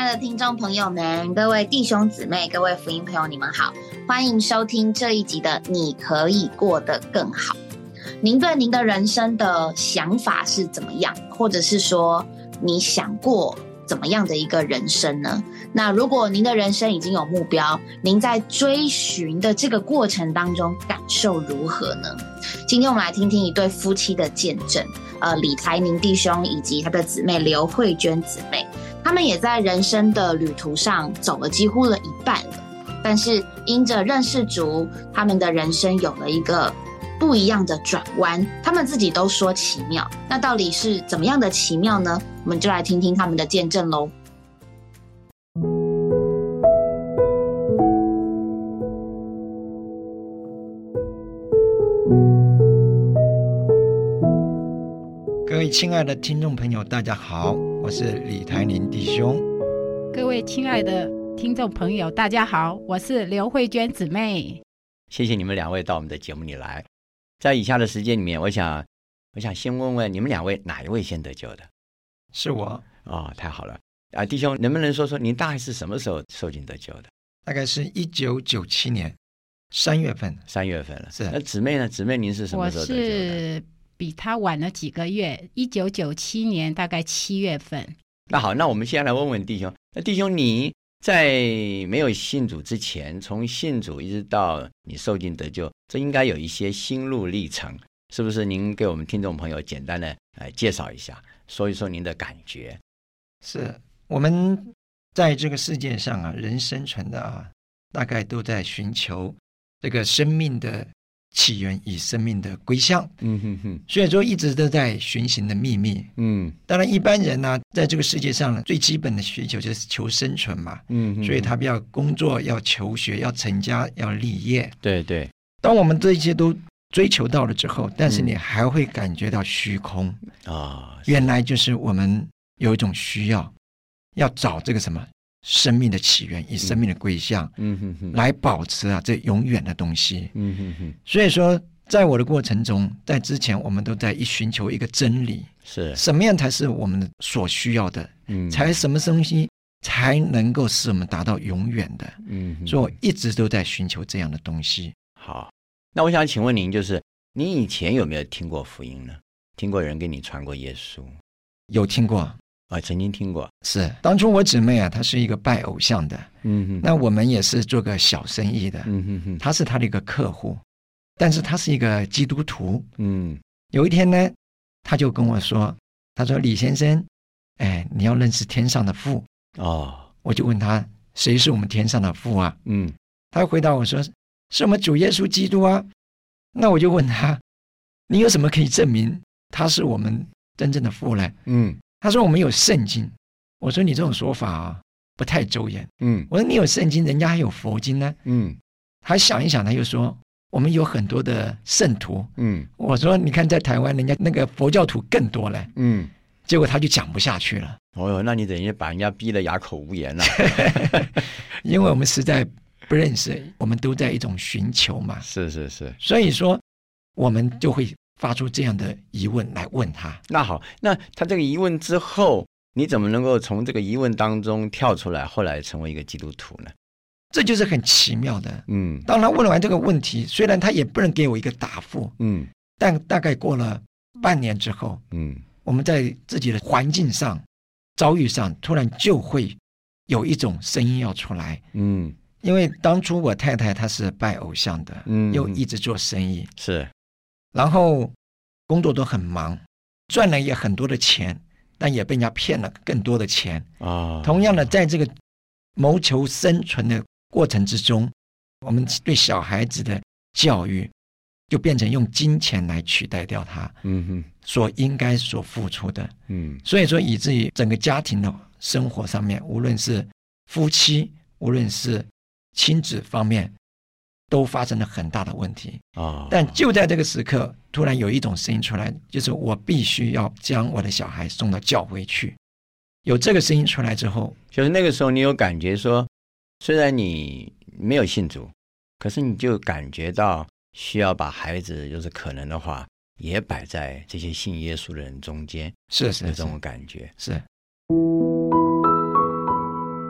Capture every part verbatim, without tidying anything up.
爱的听众朋友们，各位弟兄姊妹，各位福音朋友，你们好，欢迎收听这一集的你可以过得更好。您对您的人生的想法是怎么样，或者是说你想过怎么样的一个人生呢？那如果您的人生已经有目标，您在追寻的这个过程当中感受如何呢？今天我们来听听一对夫妻的见证，呃，李台宁弟兄以及他的姊妹刘慧娟姊妹，他们也在人生的旅途上走了几乎了一半了，但是因着认识主，他们的人生有了一个不一样的转弯，他们自己都说奇妙。那到底是怎么样的奇妙呢？我们就来听听他们的见证咯。 各位亲爱的听众朋友，大家好，我是李台宁弟兄。 各位亲爱的听众朋友，大家好，我是刘慧娟姊妹。 谢谢你们两位到我们的节目里来。在以下的时间里面，我想我想先问问你们两位哪一位先得救的？ 是我。 哦，太好了啊！弟兄，能不能说说您大概是什么时候受浸得救的？ 大概是一九九七年三月份。 三月份了。 是。 那姊妹呢？姊妹您是什么时候得救的？ 我是比他晚了几个月，一九九七年大概七月份。 那好，那我们先来问问弟兄。那弟兄，你在没有信主之前，从信主一直到你受浸得救，这应该有一些心路历程，是不是？您给我们听众朋友简单的来介绍一下，说一说您的感觉。 是，我们在这个世界上啊，人生存的啊，大概都在寻求这个生命的起源与生命的归向。 嗯哼哼， 所以说一直都在寻寻的秘密。 嗯， 当然一般人呢、啊，在这个世界上最基本的需求就是求生存嘛。 嗯哼哼， 所以他们要工作，要求学，要成家，要立业。 对对。 当我们这些都追求到了之后，但是你还会感觉到虚空啊、 嗯哦， 原来就是我们有一种需要，要找这个什么生命的起源与生命的归向， 嗯哼哼， 来保持啊这永远的东西。 嗯哼哼， 所以说，在我的过程中，在之前我们都在一寻求一个真理， 是什么样才是我们所需要的，嗯，才什么东西才能够使我们达到永远的。嗯，所以我一直都在寻求这样的东西。 好，那我想请问您，就是您以前有没有听过福音呢？听过人给你传过耶稣？ 有听过啊，曾经听过。 是，当初我姊妹啊，她是一个拜偶像的， 嗯哼， 那我们也是做个小生意的， 嗯哼哼， 她是她的一个客户，但是她是一个基督徒。嗯，有一天呢，她就跟我说，她说李先生，哎，你要认识天上的父哦。我就问她，谁是我们天上的父啊？嗯，她回答我说，是我们主耶稣基督啊。那我就问她，你有什么可以证明他是我们真正的父呢？嗯，他说我们有圣经。我说你这种说法啊不太周延。嗯，我说你有圣经，人家还有佛经呢。嗯，他想一想，他又说我们有很多的圣徒。嗯，我说你看在台湾人家那个佛教徒更多了。嗯，结果他就讲不下去了。 哦哟，那你等于把人家逼得哑口无言了。 因为我们实在不认识，我们都在一种寻求嘛。 是是是， 所以说我们就会发出这样的疑问来问他。 那好，那他这个疑问之后，你怎么能够从这个疑问当中跳出来，后来成为一个基督徒呢？ 这就是很奇妙的。嗯，当他问完这个问题，虽然他也不能给我一个答复，嗯，但大概过了半年之后，嗯，我们在自己的环境上、遭遇上，突然就会有一种声音要出来。嗯，因为当初我太太她是拜偶像的，嗯，又一直做生意， 是。 然后工作都很忙，赚了也很多的钱，但也被人家骗了更多的钱啊。同样的，在这个谋求生存的过程之中，我们对小孩子的教育就变成用金钱来取代掉他，嗯哼，所应该所付出的，嗯，所以说以至于整个家庭的生活上面，无论是夫妻，无论是亲子方面，都发生了很大的问题啊、哦！但就在这个时刻，突然有一种声音出来，就是我必须要将我的小孩送到教会去。有这个声音出来之后， 就是那个时候你有感觉说，虽然你没有信主，可是你就感觉到需要把孩子，就是可能的话，也摆在这些信耶稣的人中间， 是是有这种感觉。 是。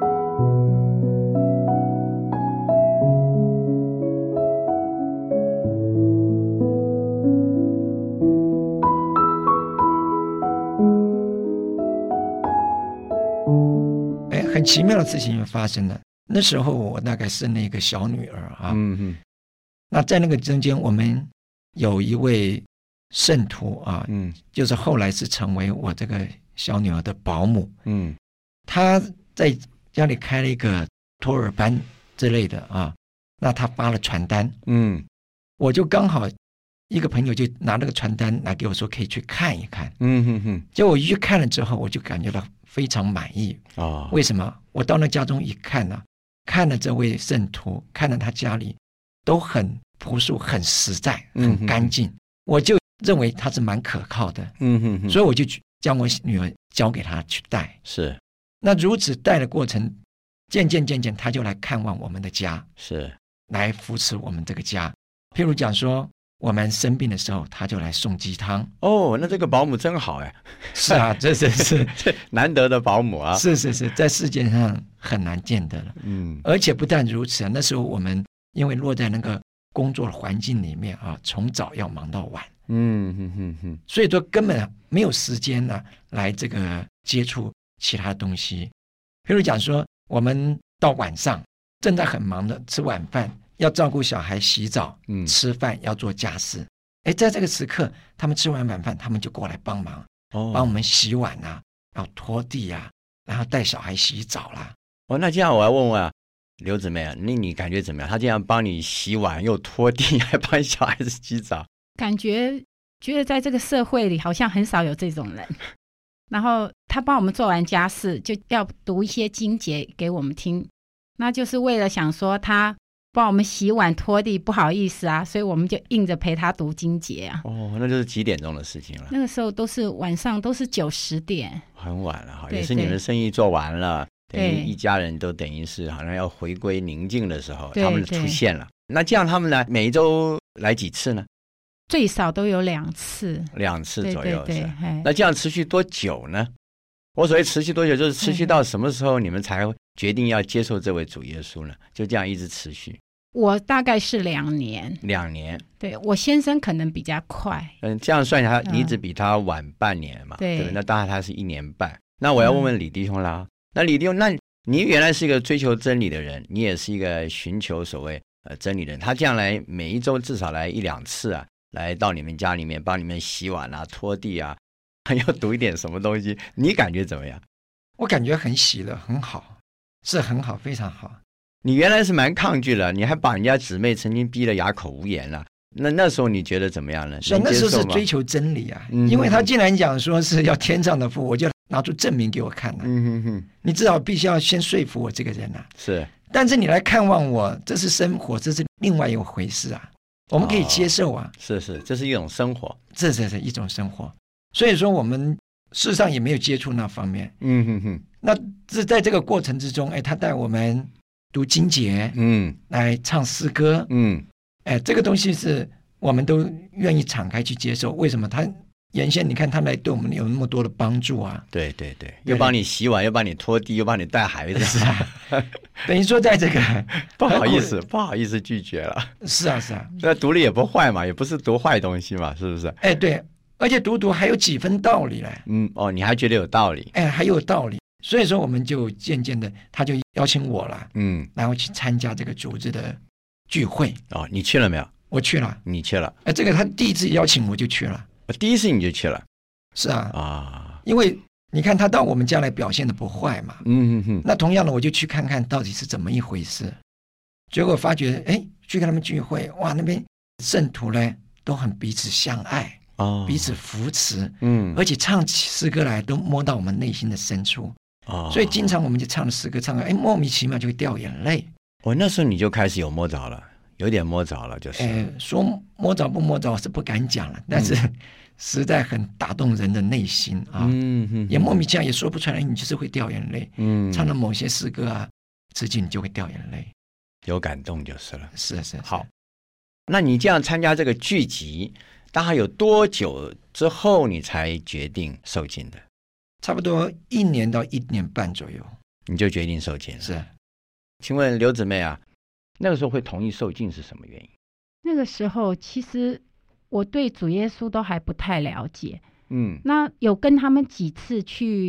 奇妙的事情就发生了。那时候我大概生了一个小女儿啊，嗯嗯，那在那个中间，我们有一位圣徒啊，嗯，就是后来是成为我这个小女儿的保姆，嗯，她在家里开了一个托儿班之类的啊，那她发了传单，嗯，我就刚好一个朋友就拿那个传单来给我说可以去看一看，嗯哼哼，结果我一去看了之后，我就感觉到非常满意啊、哦！为什么？我到那家中一看呢、啊，看了这位圣徒，看了他家里都很朴素、很实在、很干净，嗯、我就认为他是蛮可靠的，嗯哼哼，所以我就将我女儿交给他去带。 是， 那如此带的过程，渐渐渐渐，他就来看望我们的家， 是来扶持我们这个家。譬如讲说，我们生病的时候，他就来送鸡汤。 哦，那这个保姆真好哎！ 是啊，这是是难得的保姆啊！ 是是是，在世界上很难见的了。嗯，而且不但如此，那时候我们因为落在那个工作的环境里面啊，从早要忙到晚。嗯哼哼哼，所以说根本没有时间呢、啊、来这个接触其他东西。譬如讲说，我们到晚上正在很忙的吃晚饭。要照顾小孩洗澡、嗯、吃饭，要做家事。哎，在这个时刻，他们吃完晚饭，他们就过来帮忙，哦、帮我们洗碗啊，然后拖地啊，然后带小孩洗澡啦。 哦，那这样我要问问啊，刘姊妹啊，那你感觉怎么样？他这样帮你洗碗又拖地，还帮小孩子洗澡， 感觉觉得在这个社会里好像很少有这种人。然后他帮我们做完家事，就要读一些经节给我们听，那就是为了想说他帮我们洗碗拖地，不好意思啊，所以我们就硬着陪他读经节啊。 哦，那就是几点钟的事情了？ 那个时候都是晚上，都是九十点， 很晚了哈。也是你们生意做完了，等于一家人都等于是好像要回归宁静的时候，他们出现了。那这样他们呢，每一周来几次呢？ 最少都有两次， 两次左右。 对对对， 那这样持续多久呢？我所谓持续多久，就是持续到什么时候你们才决定要接受这位主耶稣呢？就这样一直持续。 我大概是两年， 两年， 对，我先生可能比较快， 嗯，这样算下来，你只比他晚半年嘛，嗯、对, 对，那当然他是一年半。那我要问问李弟兄啦，嗯、那李弟兄，那你原来是一个追求真理的人，你也是一个寻求所谓呃真理的人，他这样来每一周至少来一两次啊，来到你们家里面帮你们洗碗啊、拖地啊，还要读一点什么东西，你感觉怎么样？ 我感觉很喜乐，很好，是很好，非常好。 你原来是蛮抗拒了，你还把人家姊妹曾经逼得哑口无言了。那那时候你觉得怎么样呢？ 是那时候是追求真理啊，嗯、因为他既然讲说是要天上的父，我就拿出证明给我看了、啊。嗯哼哼，你至少必须要先说服我这个人啊。 是， 但是你来看望我，这是生活，这是另外一回事啊。我们可以接受啊。 哦、是是，这是一种生活， 这是是一种生活。所以说我们事实上也没有接触那方面。嗯哼哼，那是在这个过程之中，哎，他带我们读经节，嗯，来唱诗歌，嗯，哎，这个东西是我们都愿意敞开去接受。为什么？他原先你看他来对我们有那么多的帮助啊， 对对对，又帮你洗碗，又帮你拖地，又帮你带孩子， 是啊，等于说在这个不好意思，不好意思拒绝了。 是啊是啊， 那读了也不坏嘛，也不是读坏东西嘛，是不是？ 哎，对，而且读读还有几分道理嘞。 嗯，哦，你还觉得有道理？ 哎，还有道理。所以说我们就渐渐的他就邀请我了，嗯，然后去参加这个组织的聚会。 哦，你去了没有？ 我去了。 你去了？ 哎，这个他第一次邀请我就去了。 第一次你就去了？ 是啊，啊，因为你看他到我们家来表现的不坏嘛，嗯哼哼，那同样的我就去看看到底是怎么一回事。结果发觉，哎，去跟他们聚会，哇，那边圣徒呢都很彼此相爱，哦，彼此扶持，嗯，而且唱起诗歌来都摸到我们内心的深处。哦，所以经常我们就唱的诗歌，唱的哎莫名其妙就会掉眼泪。 哦，那时候你就开始有摸着了，有点摸着了，就是。 哎，说摸着不摸着是不敢讲了，但是、嗯、实在很打动人的内心啊。嗯哼，也莫名其妙也说不出来，你就是会掉眼泪。嗯，唱了某些诗歌啊，自己你就会掉眼泪， 有感动就是了。 是是, 是。 好，那你这样参加这个聚集，大概有多久之后你才决定受浸的？ 差不多一年到一年半左右， 你就决定受浸了。 是， 请问刘姊妹啊，那个时候会同意受浸是什么原因？ 那个时候其实我对主耶稣都还不太了解，嗯，那有跟他们几次去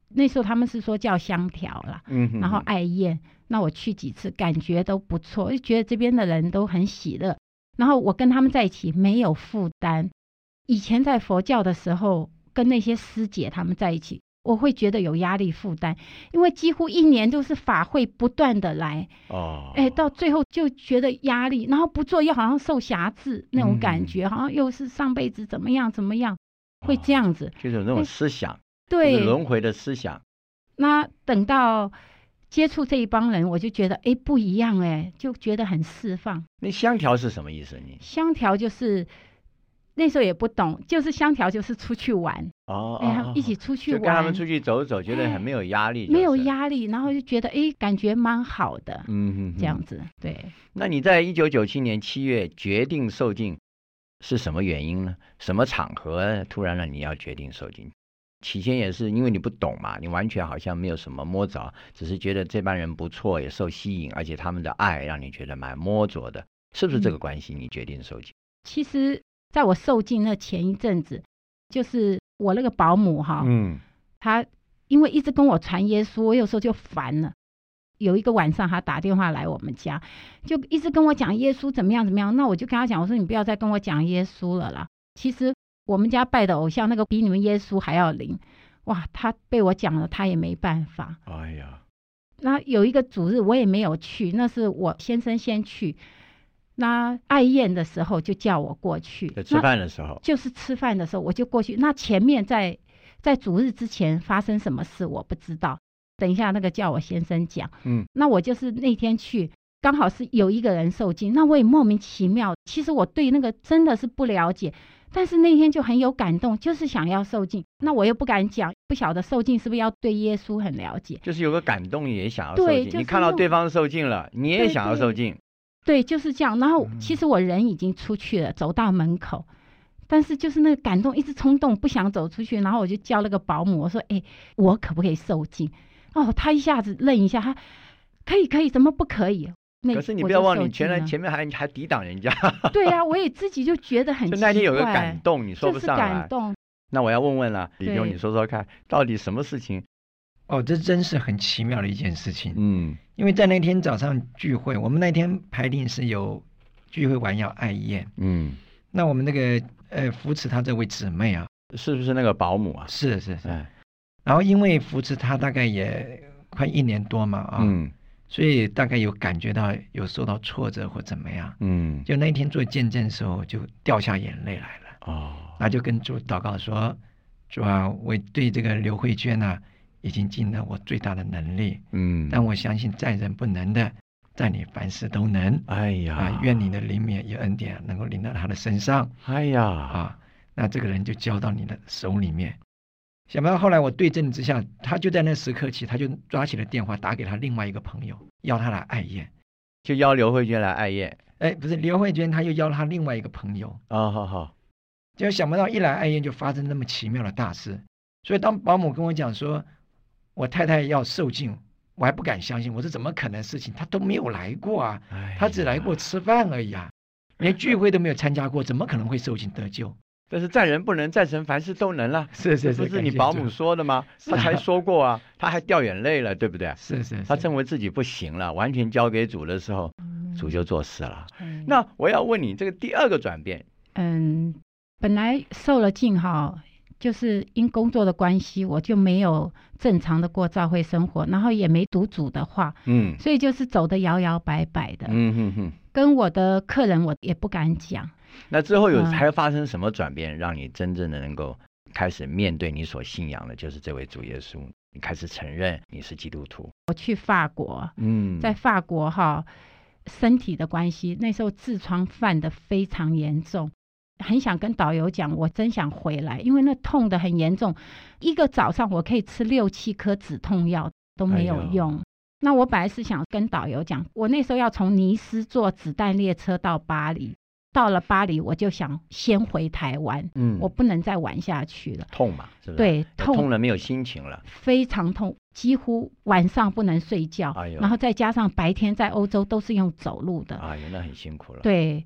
那时候他们是说叫香条啦，嗯，然后爱宴，那我去几次感觉都不错，就觉得这边的人都很喜乐，然后我跟他们在一起没有负担。以前在佛教的时候跟那些师姐他们在一起，我会觉得有压力负担，因为几乎一年都是法会不断的来，哦，哎，到最后就觉得压力，然后不做又好像受辖制那种感觉，嗯，好像又是上辈子怎么样怎么样，会这样子， 就是有那种思想， 对， 就是轮回的思想。 那等到接触这一帮人，我就觉得哎不一样，哎，就觉得很释放。 那香条是什么意思？你香条就是那时候也不懂，就是香条就是出去玩哦，哎，一起出去玩， 就跟他们出去走走，觉得很没有压力， 没有压力，然后就觉得哎感觉蛮好的，嗯哼哼，这样子。对。 那你在一九九七年七月决定受尽，是什么原因呢？什么场合突然让你要决定受尽？起先也是因为你不懂嘛，你完全好像没有什么摸着，只是觉得这帮人不错，也受吸引，而且他们的爱让你觉得蛮摸着的，是不是这个关系？你决定受尽？ 其实在我受尽那前一阵子，就是我那个保姆哈，嗯，他因为一直跟我传耶稣，我有时候就烦了。有一个晚上他打电话来我们家，就一直跟我讲耶稣怎么样怎么样，那我就跟他讲，我说你不要再跟我讲耶稣了啦，其实我们家拜的偶像那个比你们耶稣还要灵。哇，他被我讲了他也没办法。哎呀，那有一个主日我也没有去，那是我先生先去，那爱宴的时候就叫我过去， 吃饭的时候就是吃饭的时候我就过去。那前面在在主日之前发生什么事我不知道，等一下那个叫我先生讲。嗯，那我就是那天去刚好是有一个人受尽，那我也莫名其妙，其实我对那个真的是不了解，但是那天就很有感动，就是想要受尽，那我又不敢讲，不晓得受尽是不是要对耶稣很了解， 就是有个感动也想要受尽，就是，你看到对方受尽了你也想要受尽。 对，就是这样。然后其实我人已经出去了，走到门口，但是就是那个感动一直冲动不想走出去，然后我就叫那个保姆，我说哎，我可不可以受尽？哦，他一下子愣一下，他可以可以，怎么不可以？ 可是你不要忘，你前来前面还还抵挡人家。 对啊，我也自己就觉得很奇怪。 就那天有个感动，你说不上来。 就是感动。 那我要问问了，李兄，你说说看，到底什么事情？ 哦，这真是很奇妙的一件事情。嗯，因为在那天早上聚会，我们那天排定是有聚会完要爱宴。嗯，那我们那个呃扶持他这位姊妹啊， 是不是那个保姆啊？ 是是是。哎，然后因为扶持他大概也快一年多嘛啊。嗯。所以大概有感觉到有受到挫折或怎么样，嗯，就那一天做见证的时候就掉下眼泪来了，哦，那就跟主祷告说，主啊，我对这个刘慧娟啊，已经尽了我最大的能力，嗯，但我相信在人不能的，在你凡事都能，哎呀，啊，愿你的灵免与恩典能够临到他的身上，哎呀，啊，那这个人就交到你的手里面。想不到后来我对症之下，他就在那时刻起，他就抓起了电话打给他另外一个朋友，邀他来爱宴， 就邀刘慧娟来爱宴。 哎，不是刘慧娟，他又邀他另外一个朋友。哦，好好。就想不到一来爱宴就发生那么奇妙的大事，所以当保姆跟我讲说，我太太要受尽，我还不敢相信，我说怎么可能事情？他都没有来过啊，他只来过吃饭而已啊，连聚会都没有参加过，怎么可能会受尽得救？ 但是在人不能，在神凡事都能了。 是是是， 不是你保姆说的吗？他才说过啊，他还掉眼泪了，对不对？ 是是， 他认为自己不行了，完全交给主的时候，主就做事了。嗯、那我要问你，这个第二个转变， 嗯，本来受了尽哈，就是因工作的关系，我就没有正常的过教会生活，然后也没读主的话，嗯，所以就是走得摇摇摆摆的，嗯哼哼，跟我的客人我也不敢讲。 那之后有还发生什么转变，让你真正的能够开始面对你所信仰的，就是这位主耶稣？你开始承认你是基督徒。 我去法国，嗯，在法国哈，身体的关系，那时候痔疮犯得非常严重，很想跟导游讲，我真想回来，因为那痛得很严重，一个早上我可以吃六七颗止痛药都没有用。哎、那我本来是想跟导游讲，我那时候要从尼斯坐子弹列车到巴黎。到了巴黎，我就想先回台湾，嗯，我不能再玩下去了。 痛嘛，是不是？ 对，痛痛了没有心情了， 非常痛，几乎晚上不能睡觉，哎、然后再加上白天在欧洲都是用走路的， 哎呀，那很辛苦了。 对，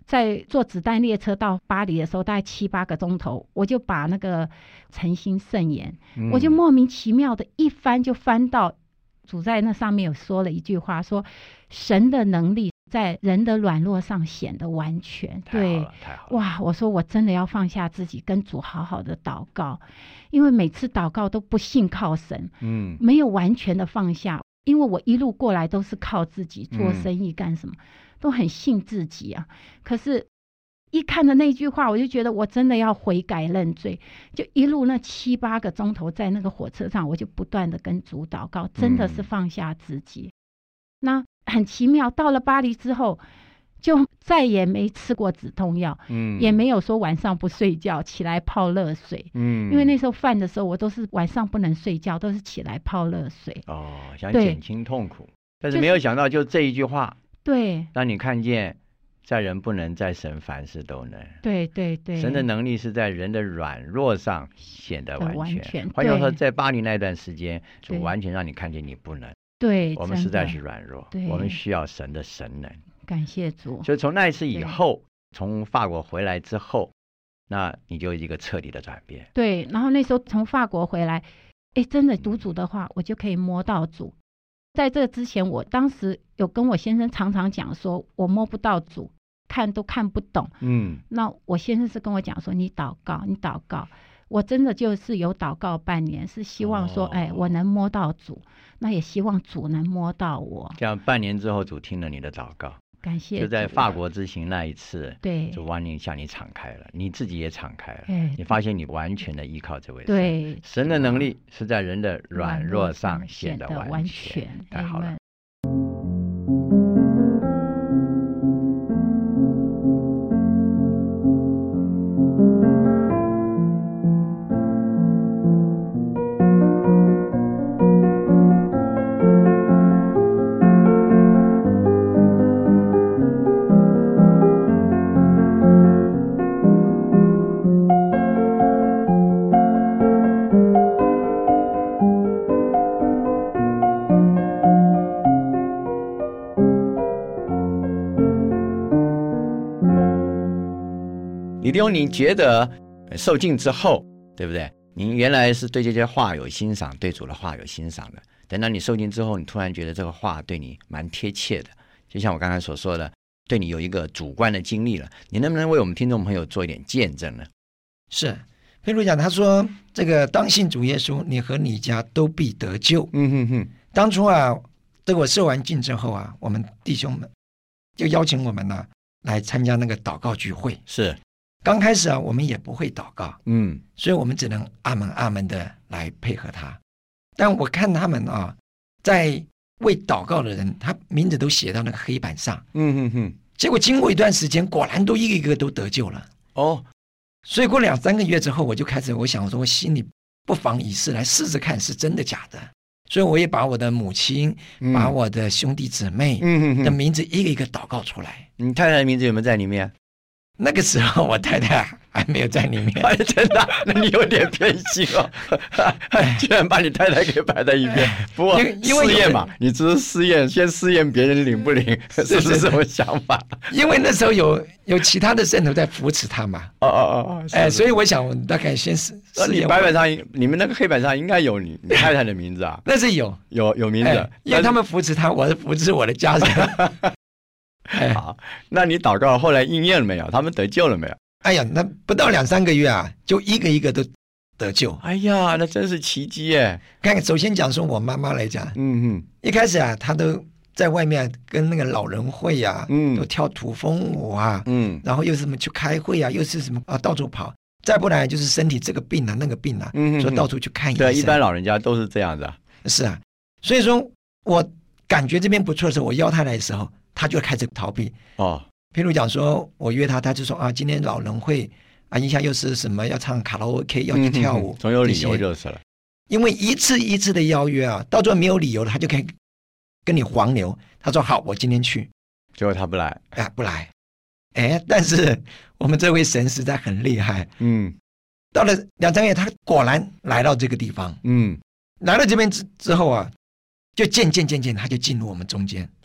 在坐子弹列车到巴黎的时候，大概七八个钟头，我就把那个诚心圣言、嗯、我就莫名其妙的一翻就翻到主在那上面有说了一句话，说神的能力在人的软弱上显得完全。对， 太好了， 哇！我说我真的要放下自己，跟主好好的祷告，因为每次祷告都不信靠神，嗯，没有完全的放下，因为我一路过来都是靠自己做生意干什么、嗯、都很信自己啊。可是一看到那句话，我就觉得我真的要悔改认罪，就一路那七八个钟头在那个火车上，我就不断的跟主祷告，真的是放下自己、嗯、那很奇妙，到了巴黎之后就再也没吃过止痛药，嗯，也没有说晚上不睡觉起来泡热水，嗯，因为那时候犯的时候我都是晚上不能睡觉，都是起来泡热水， 哦，想减轻痛苦，但是没有想到就这一句话、 就是、对， 让你看见在人不能，在神凡事都能。 对对对， 神的能力是在人的软弱上显得完全。换句话说，在巴黎那段时间，就完全让你看见你不能。 对， 我们实在是软弱，我们需要神的神能。 感谢主。 所以从那一次以后，从法国回来之后，那你就一个彻底的转变。 对，然后那时候从法国回来，哎，真的读主的话，我就可以摸到主。在这之前，我当时有跟我先生常常讲说，我摸不到主。看都看不懂，嗯，那我先生是跟我讲说，你祷告，你祷告，我真的就是有祷告半年，是希望说，哦、哎，我能摸到主，那也希望主能摸到我。 这样半年之后，主听了你的祷告， 感谢。 就在法国之行那一次， 对， 主完全向你敞开了，你自己也敞开了，你发现你完全的依靠这位神， 对， 神的能力是在人的软弱上显得完全，太好了。李弟兄，你觉得受浸之后，对不对？您原来是对这些话有欣赏，对主的话有欣赏的，等到你受浸之后，你突然觉得这个话对你蛮贴切的，就像我刚才所说的，对你有一个主观的经历了。你能不能为我们听众朋友做一点见证呢？ 是，譬如讲，他说这个当信主耶稣，你和你家都必得救。嗯哼哼。当初啊，这个我受完浸之后啊，我们弟兄们就邀请我们呢、啊、来参加那个祷告聚会。 是。 刚开始啊，我们也不会祷告，嗯，所以我们只能阿门阿门的来配合他。但我看他们啊，在为祷告的人，他名字都写到那个黑板上，嗯哼哼。结果经过一段时间，果然都一个一个都得救了。哦，所以过两三个月之后，我就开始，我想我说我心里不妨一试，来试试看是真的假的。所以我也把我的母亲、嗯、把我的兄弟姊妹的名字一个一个祷告出来。 你太太的名字有没有在里面？ 那个时候我太太还没有在里面。 哎，真的？那你有点偏心哦，居然把你太太给摆在一边。不过试验嘛，你只是试验，先试验别人灵不灵，是不是这种想法？ 因为那时候有有其他的圣徒在扶持他嘛。哦哦哦，哎，所以我想我大概先试试验。 你白板上，你们那个黑板上应该有你你太太的名字啊？ 那是有有有名字、哎， 因为他们扶持他，我是扶持我的家人。 哎、好，那你祷告后来应验了没有？他们得救了没有？ 哎呀，那不到两三个月啊，就一个一个都得救。 哎呀，那真是奇迹耶！ 看，首先讲说我妈妈来讲，嗯哼，一开始啊，她都在外面跟那个老人会啊，嗯，都跳土风舞啊，嗯，然后又是什么去开会啊，又是什么啊，到处跑。再不然就是身体这个病啊，那个病啊，嗯哼哼，所以到处去看医生。 对，一般老人家都是这样的。 是啊，所以说我感觉这边不错的时候，我邀他来的时候。他就开始逃避哦，譬如讲说，我约他，他就说啊，今天老人会啊，一下又是什么要唱卡拉 OK， 要去跳舞， 嗯、总有理由就是了。 因为一次一次的邀约啊，到最后没有理由了，他就可以跟你黄牛。他说好，我今天去， 结果他不来， 哎，不来，哎，但是我们这位神实在很厉害，嗯，到了两三个月，他果然来到这个地方，嗯，来到这边之之后啊。就渐渐渐渐他就进入我们中间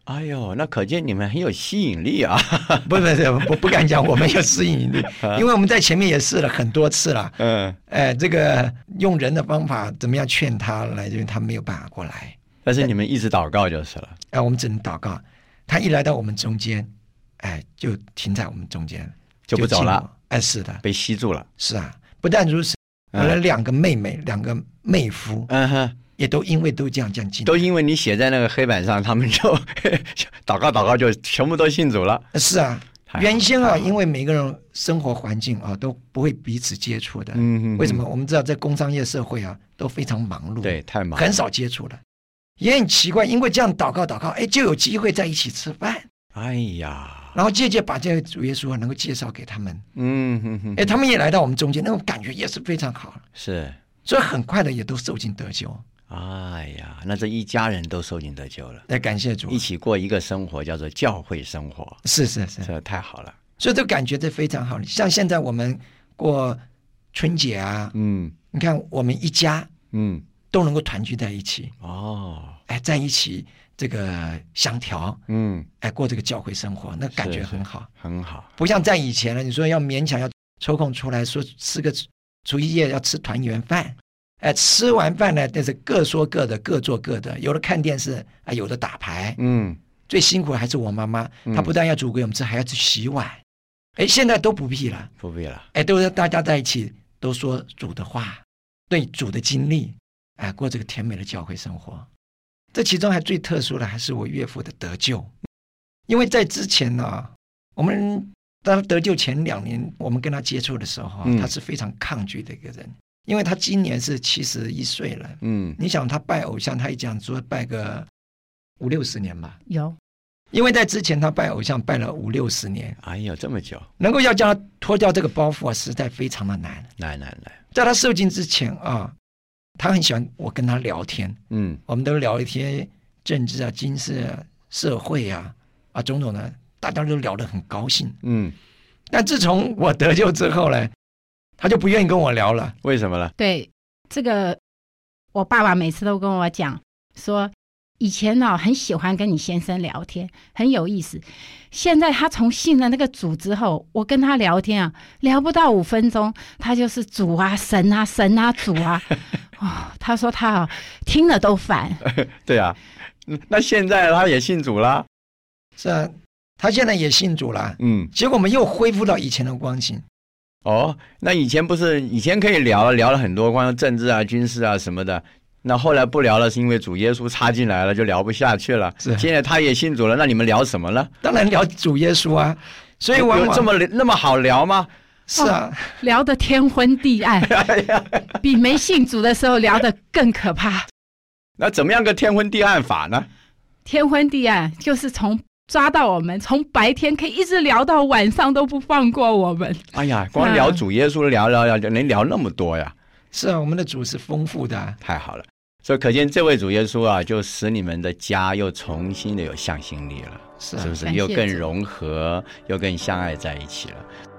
哎呦，那可见你们很有吸引力啊！ 不不不，我不敢讲我们有吸引力，因为我们在前面也试了很多次了。嗯，哎，这个用人的方法怎么样劝他来，因为他没有办法过来。 但是你们一直祷告就是了。 哎，我们只能祷告。他一来到我们中间，哎，就停在我们中间， 就不走了。 哎，是的， 被吸住了。 是啊，不但如此，我的两个妹妹，两个妹夫，嗯哼。也都因为都这样这样进， 都因为你写在那个黑板上，他们就祷告祷告就全部都信主了。 是啊，原先啊，因为每个人生活环境啊都不会彼此接触的。嗯哼哼，为什么？我们知道在工商业社会啊都非常忙碌， 对，太忙， 很少接触了。也很奇怪，因为这样祷告祷告，哎，就有机会在一起吃饭。 哎呀， 然后渐渐把这个主耶稣能够介绍给他们。 嗯哼哼， 哎，他们也来到我们中间，那种感觉也是非常好。 是， 所以很快的也都受尽得救。 哎呀，那这一家人都受尽得救了， 那感谢主， 一起过一个生活，叫做教会生活。 是是是， 这太好了， 所以这感觉这非常好。像现在我们过春节啊，嗯，你看我们一家，嗯，都能够团聚在一起。哦，哎，在一起这个相调，嗯，哎，过这个教会生活，那感觉很好， 很好。 不像在以前了，你说要勉强要抽空出来说吃个除夕夜要吃团圆饭。哎，吃完饭呢，但是各说各的，各做各的，有的看电视啊，有的打牌。嗯，最辛苦的还是我妈妈，嗯、她不但要煮给我们吃，还要去洗碗。哎，现在都不必了， 不必了。 哎，都是大家在一起，都说主的话，对主的经历，哎，过这个甜美的教会生活。这其中还最特殊的还是我岳父的得救，因为在之前呢、啊，我们当他得救前两年，我们跟他接触的时候、啊嗯，他是非常抗拒的一个人。因为他今年是七十一岁了，嗯，你想他拜偶像，他一讲说拜个五六十年吧， 有， 因为在之前他拜偶像拜了五六十年， 哎呦，这么久， 能够要叫他脱掉这个包袱啊，实在非常的难， 难难难。 在他受浸之前啊，他很喜欢我跟他聊天，嗯，我们都聊一些政治啊、经世啊、社会啊啊种种的，大家都聊得很高兴，嗯，但自从我得救之后呢，他就不愿意跟我聊了。 为什么呢？ 对，这个我爸爸每次都跟我讲说，以前呢、哦、很喜欢跟你先生聊天，很有意思。现在他从信了那个主之后，我跟他聊天啊，聊不到五分钟，他就是主啊、神啊、神啊、主啊。哦，他说他啊听了都烦。 对啊，那现在他也信主了。 是啊，他现在也信主了。嗯，结果我们又恢复到以前的光景。 哦，那以前不是以前可以聊聊了很多关于政治啊、军事啊什么的，那后来不聊了，是因为主耶稣插进来了，就聊不下去了。是，现在他也信主了，那你们聊什么呢？ 当然聊主耶稣啊，所以往往有这么那么好聊吗？ 是啊， 哦、聊得天昏地暗，比没信主的时候聊得更可怕。 那怎么样个天昏地暗法呢？ 天昏地暗就是从抓到我们，从白天可以一直聊到晚上都不放过我们。 哎呀，光聊主耶稣聊聊聊，能聊那么多呀？ 是啊，我们的主是丰富的、啊， 太好了。所以可见这位主耶稣啊，就使你们的家又重新的有向心力了， 是、啊、 是不是？又更融合，又更相爱在一起了。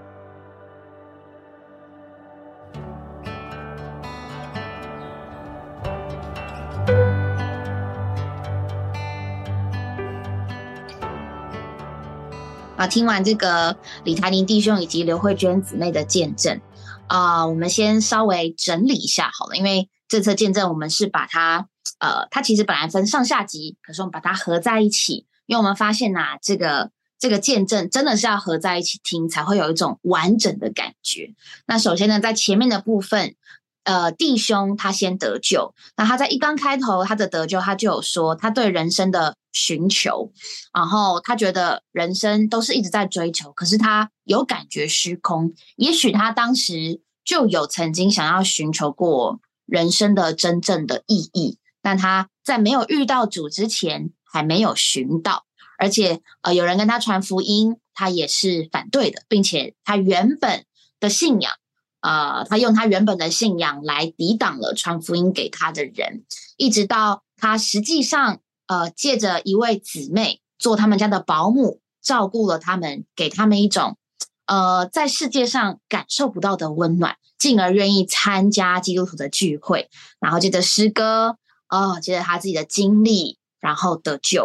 啊，听完这个李台宁弟兄以及刘慧娟姊妹的见证啊、呃，我们先稍微整理一下好了，因为这次见证我们是把它呃，它其实本来分上下集，可是我们把它合在一起，因为我们发现呐、啊，这个这个见证真的是要合在一起听，才会有一种完整的感觉。那首先呢，在前面的部分。呃，弟兄他先得救，那他在一刚开头他的得救，他就有说他对人生的寻求，然后他觉得人生都是一直在追求，可是他有感觉虚空，也许他当时就有曾经想要寻求过人生的真正的意义，但他在没有遇到主之前还没有寻到，而且呃，有人跟他传福音，他也是反对的，并且他原本的信仰呃，他用他原本的信仰来抵挡了传福音给他的人，一直到他实际上呃借着一位姊妹做他们家的保姆，照顾了他们，给他们一种呃在世界上感受不到的温暖，进而愿意参加基督徒的聚会，然后接着诗歌哦，接着他自己的经历，然后得救了。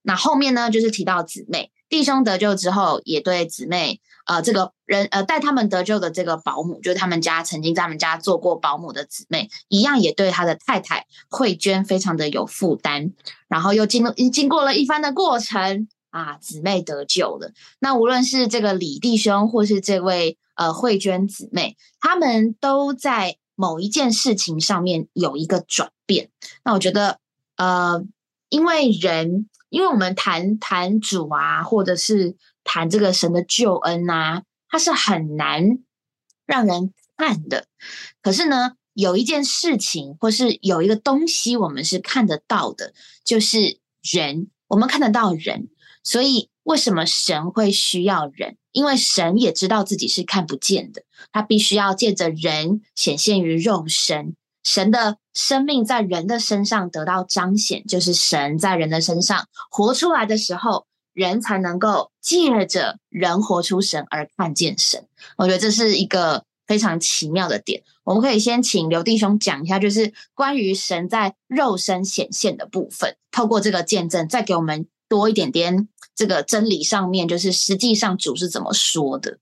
那后面呢，就是提到姊妹弟兄得救之后，也对姊妹呃这个人呃带他们得救的这个保姆，就是他们家曾经在他们家做过保姆的姊妹，一样也对他的太太慧娟非常的有负担，然后又经经过了一番的过程啊，姊妹得救了。那无论是这个李弟兄，或是这位呃慧娟姊妹，他们都在某一件事情上面有一个转变。那我觉得呃，因为人。因为我们谈谈主啊，或者是谈这个神的救恩啊，它是很难让人看的。可是呢，有一件事情或是有一个东西我们是看得到的，就是人，我们看得到人。所以为什么神会需要人？因为神也知道自己是看不见的，他必须要借着人显现于肉身。神的生命在人的身上得到彰显，就是神在人的身上活出来的时候，人才能够借着人活出神而看见神。我觉得这是一个非常奇妙的点。我们可以先请刘弟兄讲一下，就是关于神在肉身显现的部分，透过这个见证再给我们多一点点这个真理上面，就是实际上主是怎么说的。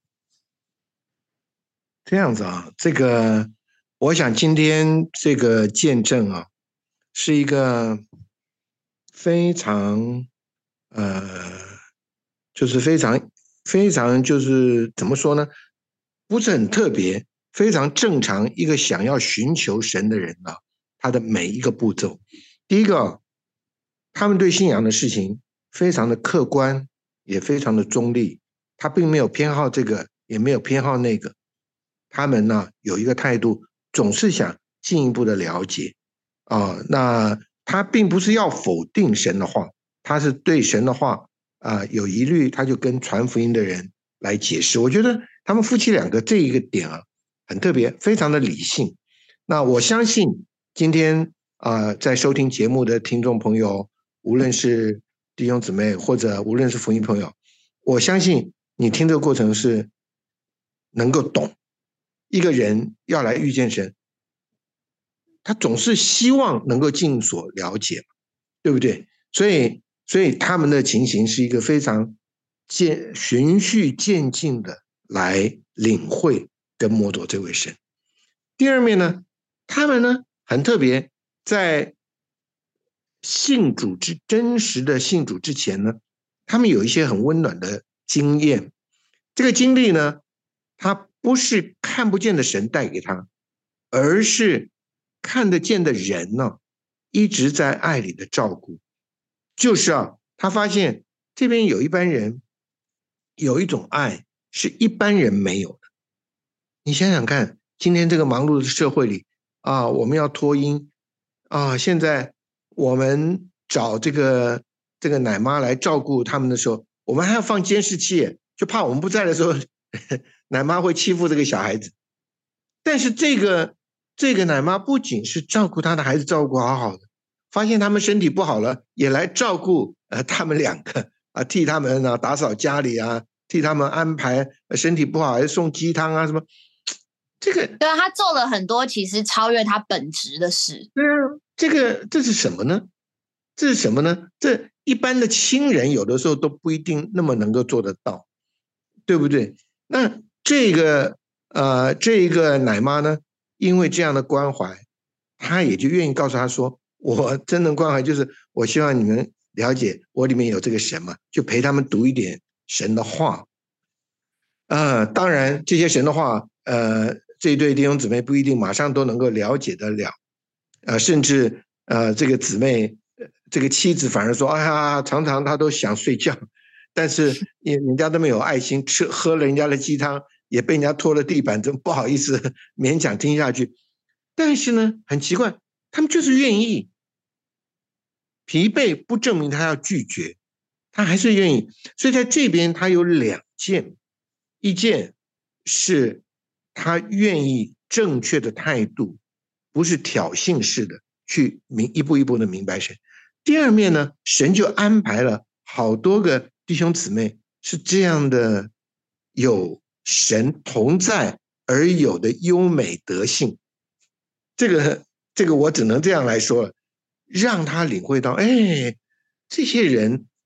这样子啊，这个我想今天这个见证啊，是一个非常呃，就是非常非常就是怎么说呢？不是很特别，非常正常。一个想要寻求神的人啊，他的每一个步骤，第一个，他们对信仰的事情非常的客观，也非常的中立，他并没有偏好这个，也没有偏好那个。他们呢有一个态度，总是想进一步的了解啊、呃。那他并不是要否定神的话，他是对神的话啊、呃、有疑虑，他就跟传福音的人来解释。我觉得他们夫妻两个这一个点啊很特别，非常的理性。那我相信今天啊、呃、在收听节目的听众朋友，无论是弟兄姊妹或者无论是福音朋友，我相信你听这个过程是能够懂。一个人要来遇见神，他总是希望能够尽所了解，对不对？所以，所以他们的情形是一个非常渐循序渐进的来领会跟摸着这位神。第二面呢，他们呢很特别，在信主之真实的信主之前呢，他们有一些很温暖的经验。这个经历呢，他不是看不见的神带给他，而是看得见的人呢、啊，一直在爱里的照顾。就是啊，他发现这边有一般人有一种爱是一般人没有的。你想想看，今天这个忙碌的社会里啊，我们要托婴啊，现在我们找这个这个奶妈来照顾他们的时候，我们还要放监视器，就怕我们不在的时候奶妈会欺负这个小孩子。但是这个这个奶妈不仅是照顾她的孩子照顾好好的，发现他们身体不好了，也来照顾呃他们两个啊，替他们啊打扫家里啊，替他们安排身体不好还是送鸡汤啊什么。这个对啊，他做了很多其实超越他本职的事。 对啊，这个这是什么呢？这是什么呢？这一般的亲人有的时候都不一定那么能够做得到，对不对？那这个呃这个奶妈呢，因为这样的关怀，她也就愿意告诉他说，我真正关怀就是我希望你们了解我里面有这个神嘛，就陪他们读一点神的话。呃，当然这些神的话，呃，这一对弟兄姊妹不一定马上都能够了解得了，呃，甚至呃这个姊妹这个妻子反而说，哎呀，常常她都想睡觉，但是人家都没有爱心，吃喝了人家的鸡汤，也被人家拖了地板，真不好意思勉强听下去。但是呢，很奇怪，他们就是愿意，疲惫不证明他要拒绝，他还是愿意。所以在这边他有两件，一件是他愿意正确的态度，不是挑衅式的去明一步一步的明白神。第二面呢，神就安排了好多个弟兄姊妹是这样的，有神同在而有的优美德性。这个这个我只能这样来说了，让他领会到，哎，这些人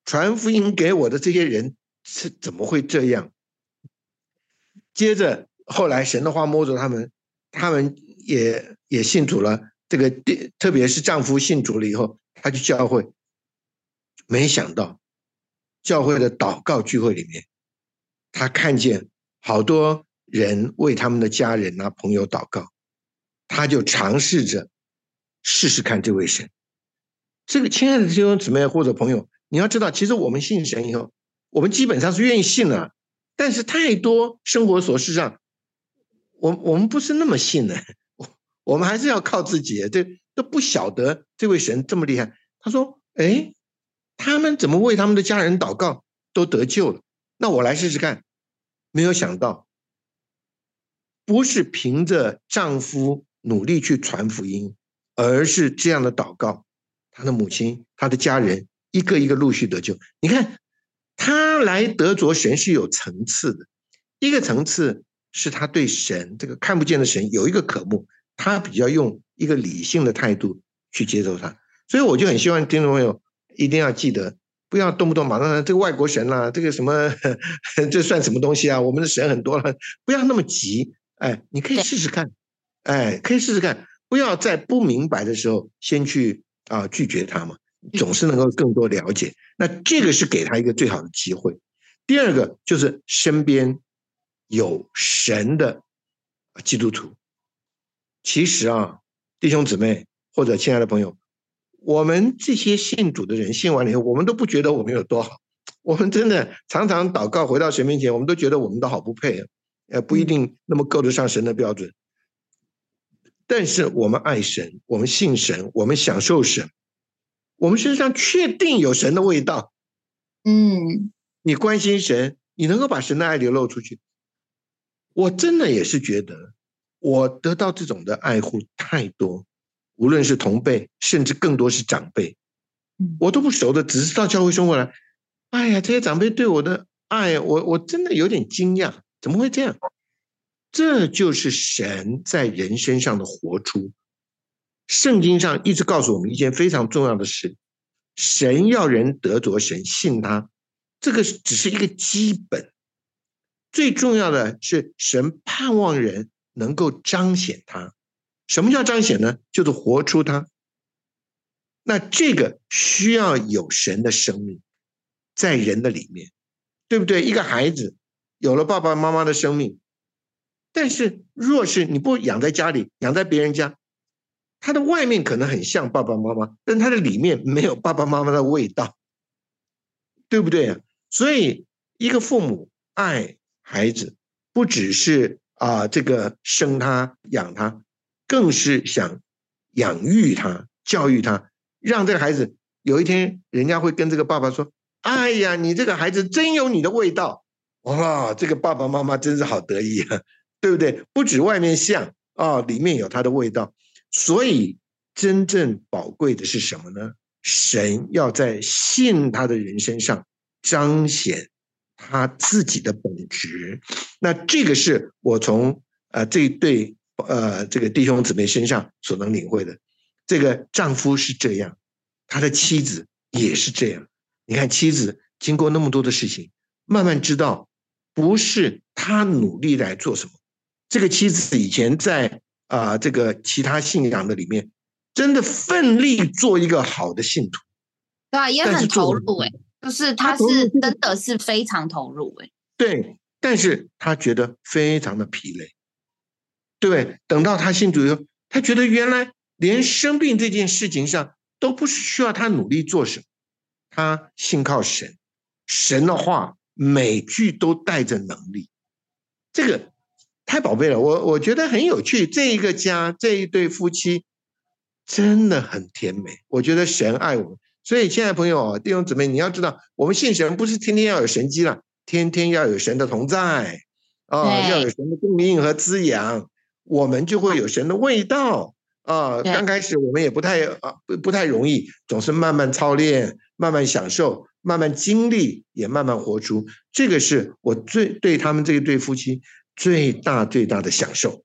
传福音给我的这些人是怎么会这样？接着后来神的话摸着他们，他们也也信主了。这个特别是丈夫信主了以后，他去教会，没想到教会的祷告聚会里面，他看见好多人为他们的家人啊朋友祷告，他就尝试着试试看这位神。这个亲爱的弟兄姊妹或者朋友，你要知道，其实我们信神以后，我们基本上是愿意信了，但是太多生活琐事上，我我们不是那么信的，我们还是要靠自己。这都不晓得这位神这么厉害。他说：“哎，他们怎么为他们的家人祷告都得救了？那我来试试看。”没有想到，不是凭着丈夫努力去传福音，而是这样的祷告，他的母亲、他的家人一个一个陆续得救。你看，他来得着神是有层次的。一个层次是他对神这个看不见的神有一个渴慕，他比较用一个理性的态度去接受他。所以我就很希望听众朋友一定要记得，不要动不动马上这个外国神啦、啊，这个什么这算什么东西啊？我们的神很多了，不要那么急。哎，你可以试试看，哎，可以试试看，不要在不明白的时候先去啊拒绝他嘛，总是能够更多了解。那这个是给他一个最好的机会。第二个就是身边有神的基督徒。其实啊，弟兄姊妹或者亲爱的朋友，我们这些信主的人信完了以后，我们都不觉得我们有多好。我们真的常常祷告回到神面前，我们都觉得我们都好不配啊，呃，不一定那么够得上神的标准。但是我们爱神，我们信神，我们享受神，我们身上确定有神的味道。 嗯， 你关心神，你能够把神的爱流露出去。我真的也是觉得，我得到这种的爱护太多，无论是同辈，甚至更多是长辈，我都不熟的，只是到教会生活来，哎呀，这些长辈对我的爱，我我真的有点惊讶，怎么会这样？这就是神在人身上的活出。圣经上一直告诉我们一件非常重要的事，神要人得着神，信他，这个只是一个基本，最重要的是神盼望人能够彰显他。什么叫彰显呢？就是活出他。那这个需要有神的生命在人的里面，对不对？一个孩子有了爸爸妈妈的生命，但是若是你不养在家里，养在别人家，他的外面可能很像爸爸妈妈，但他的里面没有爸爸妈妈的味道，对不对啊？所以一个父母爱孩子，不只是啊、呃、这个生他养他，更是想养育他、教育他，让这个孩子有一天人家会跟这个爸爸说：“哎呀，你这个孩子真有你的味道。”哇，这个爸爸妈妈真是好得意啊，对不对？不止外面像啊、哦，里面有他的味道。所以真正宝贵的是什么呢？神要在信他的人身上彰显他自己的本质。那这个是我从呃这一对呃这个弟兄姊妹身上所能领会的。这个丈夫是这样，他的妻子也是这样。你看妻子经过那么多的事情，慢慢知道不是他努力来做什么。这个妻子以前在啊、呃、这个其他信仰的里面，真的奋力做一个好的信徒， 对啊，也很投入哎、欸，就是他是真的是非常投入哎、欸。 对，但是他觉得非常的疲累，对不对？等到他信主以后，他觉得原来连生病这件事情上都不是需要他努力做什么，他信靠神，神的话每句都带着能力，这个太宝贝了。我我觉得很有趣，这一个家这一对夫妻真的很甜美。我觉得神爱我们，所以亲爱的朋友弟兄姊妹，你要知道，我们信神不是天天要有神迹了，天天要有神的同在啊、呃，要有神的供应和滋养，我们就会有神的味道啊。刚开始我们也不太啊不不太容易，总是慢慢操练，慢慢享受，慢慢经历，也慢慢活出。这个是我最对他们这一对夫妻最大最大的享受。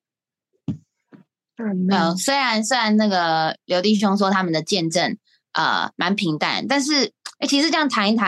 呃，虽然虽然那个刘弟兄说他们的见证呃蛮平淡，但是哎，其实这样谈一谈，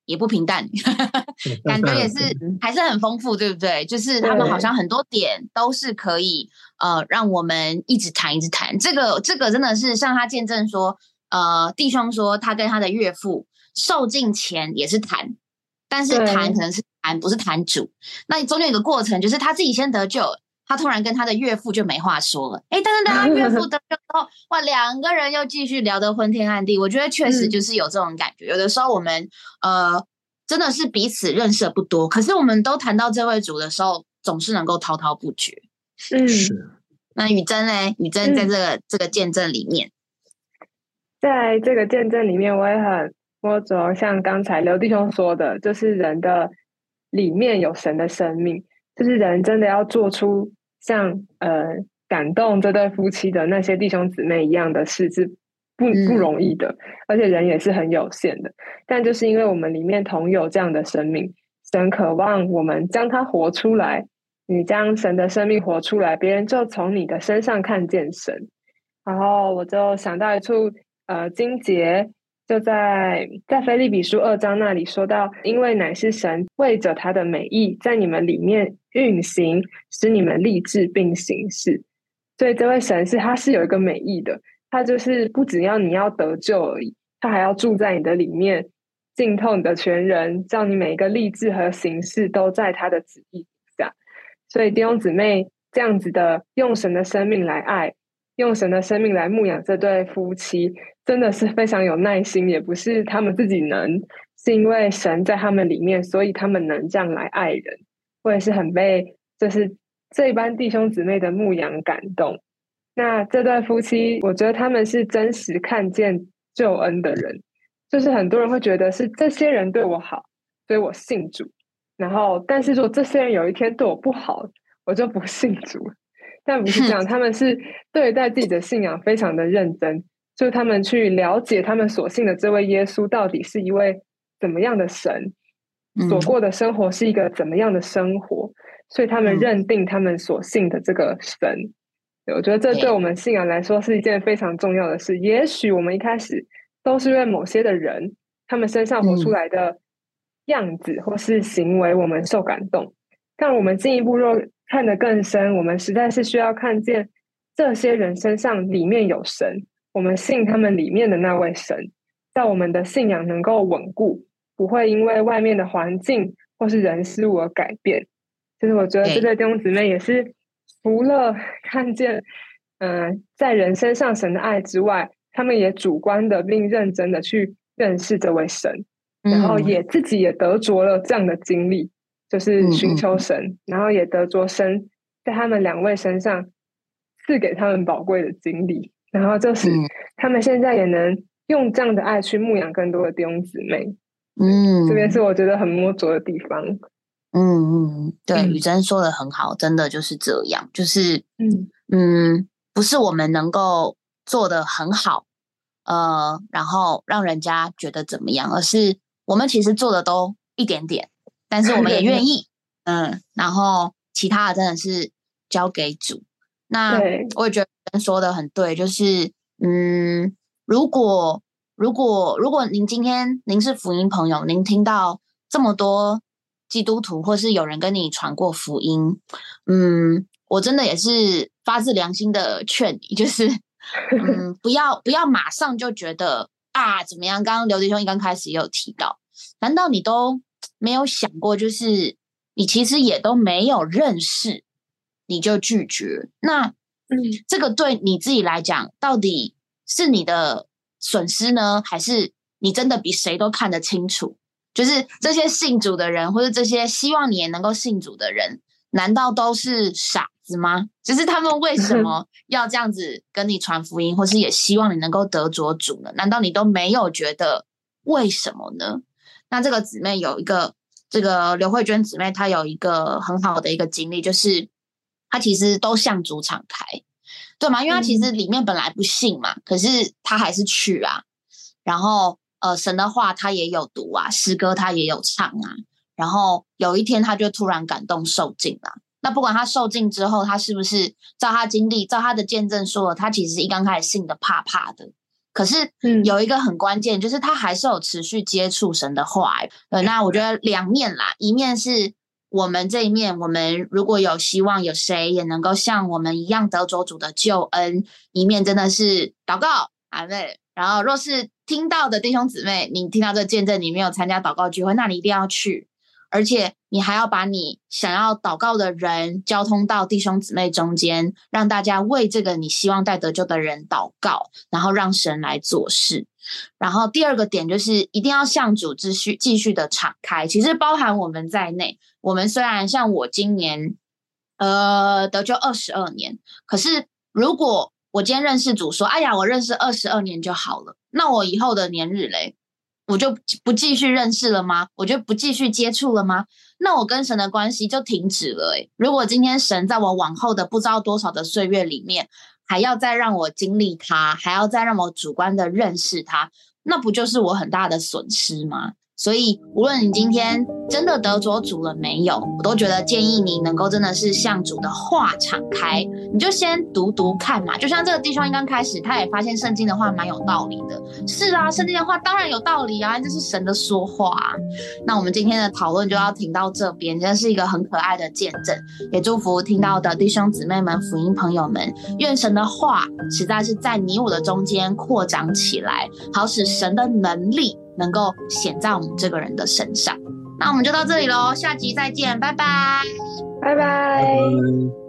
也不平淡，感觉也是还是很丰富，对不对？就是他们好像很多点都是可以呃让我们一直谈一直谈。这个这个真的是像他见证说，呃，弟兄说他跟他的岳父受尽前也是谈，但是谈可能是谈不是谈主。那中间有个过程，就是他自己先得救，他突然跟他的岳父就没话说了。哎，但是等他岳父得救之后，哇，两个人又继续聊得昏天暗地。我觉得确实就是有这种感觉。嗯、有的时候我们呃真的是彼此认识的不多，可是我们都谈到这位主的时候，总是能够滔滔不绝。 嗯，是。 那宇珍呢？宇珍在这个、嗯、这个见证里面， 在这个见证里面，我也很摸着像刚才刘弟兄说的，就是人的里面有神的生命，就是人真的要做出像呃感动这对夫妻的那些弟兄姊妹一样的事是不不容易的、嗯、而且人也是很有限的，但就是因为我们里面同有这样的生命，神渴望我们将它活出来，你将神的生命活出来，别人就从你的身上看见神。然后我就想到一处呃经节，就在在腓立比书二章那里说到，因为乃是神为着他的美意在你们里面运行，使你们立志并行事。所以这位神是他是有一个美意的，他就是不只要你要得救而已，他还要住在你的里面，浸透你的全人，叫你每一个立志和行事都在他的旨意下。所以弟兄姊妹这样子的用神的生命来爱，用神的生命来牧养这对夫妻，真的是非常有耐心，也不是他们自己能，是因为神在他们里面，所以他们能这样来爱人。我也是很被就是这一班弟兄姊妹的牧养感动。那这对夫妻，我觉得他们是真实看见救恩的人，就是很多人会觉得是这些人对我好，所以我信主，然后但是如果这些人有一天对我不好，我就不信主。但不是这样，他们是对待自己的信仰非常的认真，就是他们去了解他们所信的这位耶稣到底是一位怎么样的神，所过的生活是一个怎么样的生活，所以他们认定他们所信的这个神。我觉得这对我们信仰来说是一件非常重要的事。也许我们一开始都是因为某些的人他们身上活出来的样子或是行为我们受感动，但我们进一步若看得更深，我们实在是需要看见这些人身上里面有神，我们信他们里面的那位神，在我们的信仰能够稳固，不会因为外面的环境或是人事物而改变。就是我觉得这对弟兄姊妹也是除了看见嗯、呃，在人身上神的爱之外，他们也主观的并认真的去认识这位神，然后也自己也得着了这样的经历，就是寻求神，嗯嗯，然后也得着神在他们两位身上赐给他们宝贵的经历，然后就是他们现在也能用这样的爱去牧养更多的弟兄姊妹。嗯，这边是我觉得很摸着的地方。 嗯嗯，对，宇珍说的很好，真的就是这样，就是嗯嗯，不是我们能够做得很好，呃，然后让人家觉得怎么样，而是我们其实做的都一点点，但是我们也愿意，嗯，然后其他的真的是交给主。那我也觉得宇珍说的很对，就是嗯，如果如果如果您今天您是福音朋友，您听到这么多基督徒或是有人跟你传过福音，嗯，我真的也是发自良心的劝你，就是嗯，不要不要马上就觉得啊怎么样。刚刚刘弟兄一刚开始也有提到，难道你都没有想过，就是你其实也都没有认识你就拒绝，那嗯，这个对你自己来讲到底是你的损失呢，还是你真的比谁都看得清楚，就是这些信主的人，或者这些希望你也能够信主的人，难道都是傻子吗？就是他们为什么要这样子跟你传福音，或是也希望你能够得着主呢？难道你都没有觉得为什么呢？那这个姊妹有一个，这个刘慧娟姊妹她有一个很好的一个经历，就是她其实都向主敞开，对吗？因为她其实里面本来不信嘛，可是她还是去啊，然后呃，神的话他也有读啊，诗歌他也有唱啊，然后有一天他就突然感动受尽了。那不管他受尽之后，他是不是照他经历，照他的见证说了，他其实一刚开始信的怕怕的， 可是有一个很关键，就是他还是有持续接触神的话。呃，那我觉得两面啦，一面是我们这一面，我们如果有希望有谁也能够像我们一样得着主的救恩，一面真的是祷告阿们。然后若是听到的弟兄姊妹，你听到这个见证，你没有参加祷告聚会，那你一定要去，而且你还要把你想要祷告的人交通到弟兄姊妹中间，让大家为这个你希望带得救的人祷告，然后让神来做事。然后第二个点就是一定要向主继续继续的敞开，其实包含我们在内，我们虽然像我今年呃得救二十二年，可是如果我今天认识主说，哎呀我认识二十二年就好了，那我以后的年日嘞，我就不继续认识了吗？我就不继续接触了吗？那我跟神的关系就停止了欸。如果今天神在我往后的不知道多少的岁月里面，还要再让我经历他，还要再让我主观的认识他，那不就是我很大的损失吗？所以无论你今天真的得着主了没有，我都觉得建议你能够真的是向主的话敞开，你就先读读看嘛。就像这个弟兄刚开始他也发现圣经的话蛮有道理的，是啊，圣经的话当然有道理啊，这是神的说话啊。那我们今天的讨论就要停到这边，真是一个很可爱的见证，也祝福听到的弟兄姊妹们福音朋友们，愿神的话实在是在你我的中间扩张起来，好使神的能力能够显在我们这个人的身上。那我们就到这里咯，下集再见，拜拜， 拜拜。